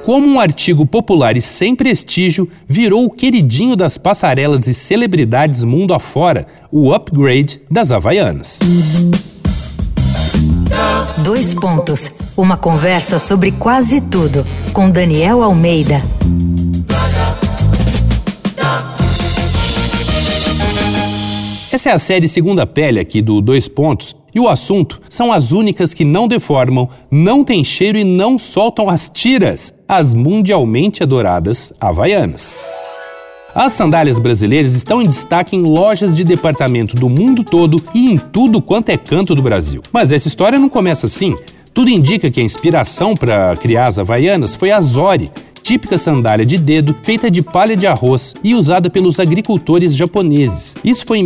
como um artigo popular e sem prestígio virou o queridinho das passarelas e celebridades mundo afora, o upgrade das Havaianas. 2 pontos. Uma conversa sobre quase tudo, com Daniel Almeida. Essa é a série Segunda Pele aqui do 2 pontos, e o assunto são as únicas que não deformam, não têm cheiro e não soltam as tiras, as mundialmente adoradas Havaianas. As sandálias brasileiras estão em destaque em lojas de departamento do mundo todo e em tudo quanto é canto do Brasil. Mas essa história não começa assim. Tudo indica que a inspiração para criar as Havaianas foi a Zori, típica sandália de dedo feita de palha de arroz e usada pelos agricultores japoneses. Isso foi em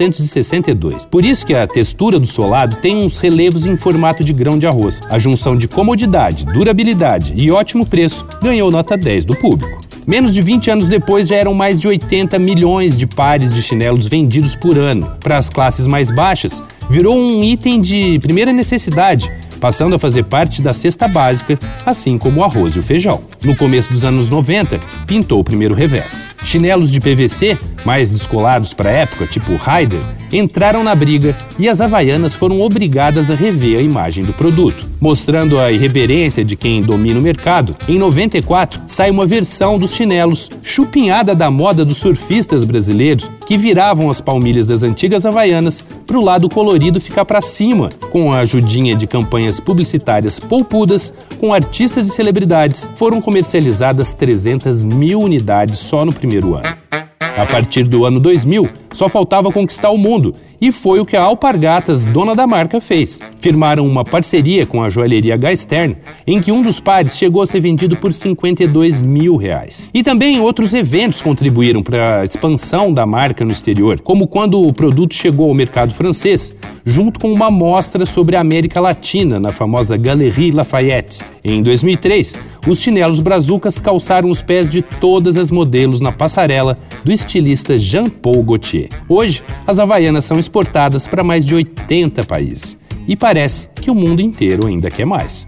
1962. Por isso que a textura do solado tem uns relevos em formato de grão de arroz. A junção de comodidade, durabilidade e ótimo preço ganhou nota 10 do público. Menos de 20 anos depois, já eram mais de 80 milhões de pares de chinelos vendidos por ano. Para as classes mais baixas, virou um item de primeira necessidade, passando a fazer parte da cesta básica, assim como o arroz e o feijão. No começo dos anos 90, pintou o primeiro revés. Chinelos de PVC, mais descolados para a época, tipo Raider, entraram na briga e as Havaianas foram obrigadas a rever a imagem do produto. Mostrando a irreverência de quem domina o mercado, em 94 sai uma versão dos chinelos chupinhada da moda dos surfistas brasileiros que viravam as palmilhas das antigas Havaianas para o lado colorido ficar para cima, com a ajudinha de campanhas publicitárias poupudas, com artistas e celebridades. Foram comercializadas 300 mil unidades só no primeiro ano. A partir do ano 2000, só faltava conquistar o mundo, e foi o que a Alpargatas, dona da marca, fez. Firmaram uma parceria com a joalheria Gaistern, em que um dos pares chegou a ser vendido por R$52 mil. E também outros eventos contribuíram para a expansão da marca no exterior, como quando o produto chegou ao mercado francês, junto com uma mostra sobre a América Latina, na famosa Galerie Lafayette. Em 2003, os chinelos brazucas calçaram os pés de todas as modelos na passarela do estilista Jean-Paul Gaultier. Hoje, as Havaianas são exportadas para mais de 80 países. E parece que o mundo inteiro ainda quer mais.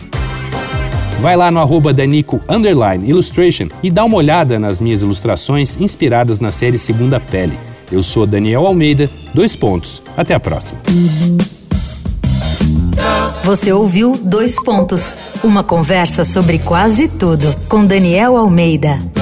Vai lá no @Danico_Illustration e dá uma olhada nas minhas ilustrações inspiradas na série Segunda Pele. Eu sou Daniel Almeida, 2 pontos. Até a próxima. Você ouviu 2 pontos. Uma conversa sobre quase tudo com Daniel Almeida.